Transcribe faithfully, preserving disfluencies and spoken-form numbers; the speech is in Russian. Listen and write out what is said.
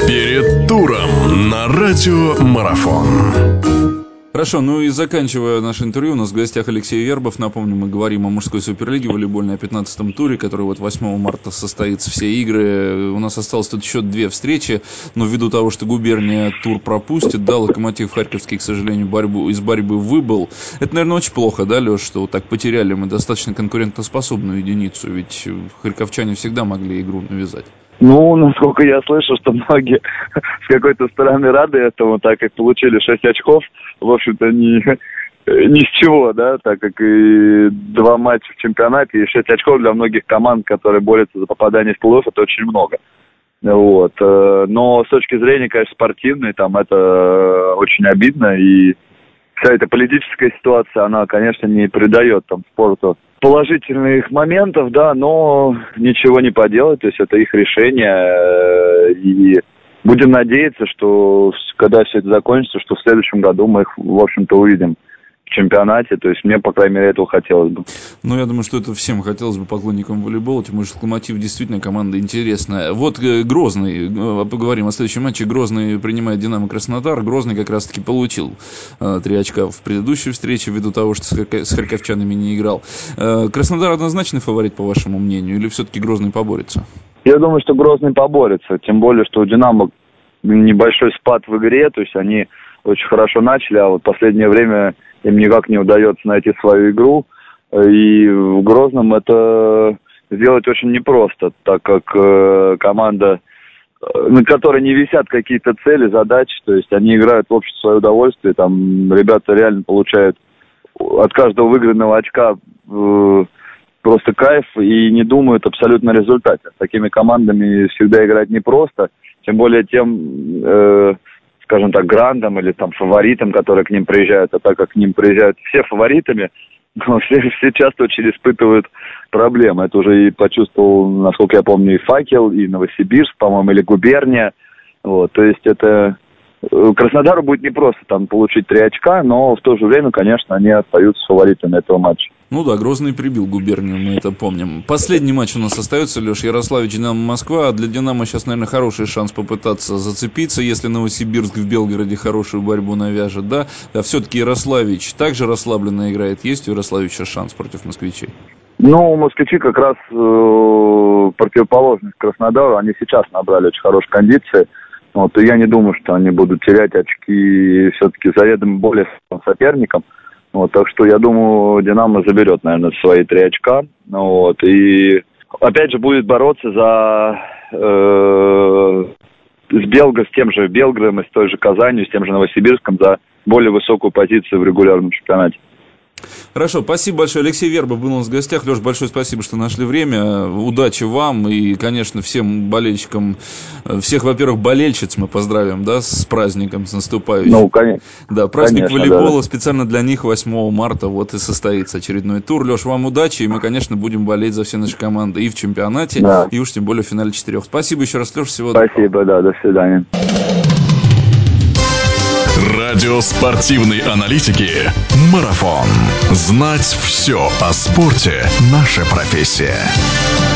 Перед туром на радио Марафон. Хорошо, ну и заканчивая наше интервью, у нас в гостях Алексей Вербов. Напомню, мы говорим о мужской суперлиге волейбольной, о пятнадцатом туре, который вот восьмого марта состоится, все игры. У нас осталось тут еще две встречи, но ввиду того, что губерния тур пропустит, да, Локомотив Харьковский, к сожалению, борьбу, из борьбы выбыл. Это, наверное, очень плохо, да, Леш, что вот так потеряли мы достаточно конкурентоспособную единицу, ведь харьковчане всегда могли игру навязать. Ну, насколько я слышу, что многие с какой-то стороны рады этому, так как получили шесть очков, в общем-то, ни, ни с чего, да, так как и два матча в чемпионате, и шесть очков для многих команд, которые борются за попадание в плей-офф, это очень много. Вот. Но с точки зрения, конечно, спортивной, там это очень обидно, и вся эта политическая ситуация, она, конечно, не придает там спорту положительных моментов, да, но ничего не поделать, то есть это их решение, и будем надеяться, что когда все это закончится, что в следующем году мы их, в общем-то, увидим в чемпионате, то есть мне, по крайней мере, этого хотелось бы. Ну, я думаю, что это всем хотелось бы, поклонникам волейбола, тем более, что Локомотив действительно команда интересная. Вот Грозный, поговорим о следующем матче, Грозный принимает Динамо Краснодар, Грозный как раз-таки получил э, три очка в предыдущей встрече, ввиду того, что с харьковчанами не играл. Э, Краснодар однозначный фаворит, по вашему мнению, или все-таки Грозный поборется? Я думаю, что Грозный поборется, тем более, что у Динамо небольшой спад в игре, то есть они очень хорошо начали, а вот в последнее время им никак не удается найти свою игру, и в Грозном это сделать очень непросто, так как э, команда, э, на которой не висят какие-то цели, задачи, то есть они играют в общем свое удовольствие, там ребята реально получают от каждого выигранного очка э, просто кайф и не думают абсолютно о результате. С такими командами всегда играть непросто, тем более тем... Э, скажем так, грандам или там фаворитам, которые к ним приезжают, а так как к ним приезжают все фаворитами, ну, все, все часто очень испытывают проблемы. Это уже и почувствовал, насколько я помню, и Факел, и Новосибирск, по-моему, или Губерния. Вот, то есть это... Краснодару будет непросто там получить три очка, но в то же время, конечно, они остаются фаворитами этого матча. Ну да, Грозный прибил Губернию, мы это помним. Последний матч у нас остается, Леш, Ярославич, Динамо, Москва. Для Динамо сейчас, наверное, хороший шанс попытаться зацепиться, если Новосибирск в Белгороде хорошую борьбу навяжет, да? А все-таки Ярославич также расслабленно играет. Есть у Ярославича шанс против москвичей? Ну, москвичи как раз э, противоположность Краснодару. Они сейчас набрали очень хорошие кондиции. Вот, и я не думаю, что они будут терять очки все-таки заведомо более соперникам. Вот, так что я думаю, Динамо заберет, наверное, свои три очка. Вот, и опять же будет бороться за э, с Белго, с тем же Белградом, с той же Казанью, с тем же Новосибирском за более высокую позицию в регулярном чемпионате. Хорошо, спасибо большое. Алексей Вербов был у нас в гостях. Леш, большое спасибо, что нашли время. Удачи вам и, конечно, всем болельщикам. Всех, во-первых, болельщиц мы поздравим, да, с праздником, с наступающим. Ну, конечно. Да, праздник конечно, волейбола да. Специально для них восьмого марта вот и состоится очередной тур. Леш, вам удачи, и мы, конечно, будем болеть за все наши команды и в чемпионате, да. И уж тем более в финале четырех. Спасибо еще раз, Леш, всего доброго. Спасибо, да, до свидания. Радио спортивной аналитики «Марафон». Знать все о спорте – наша профессия.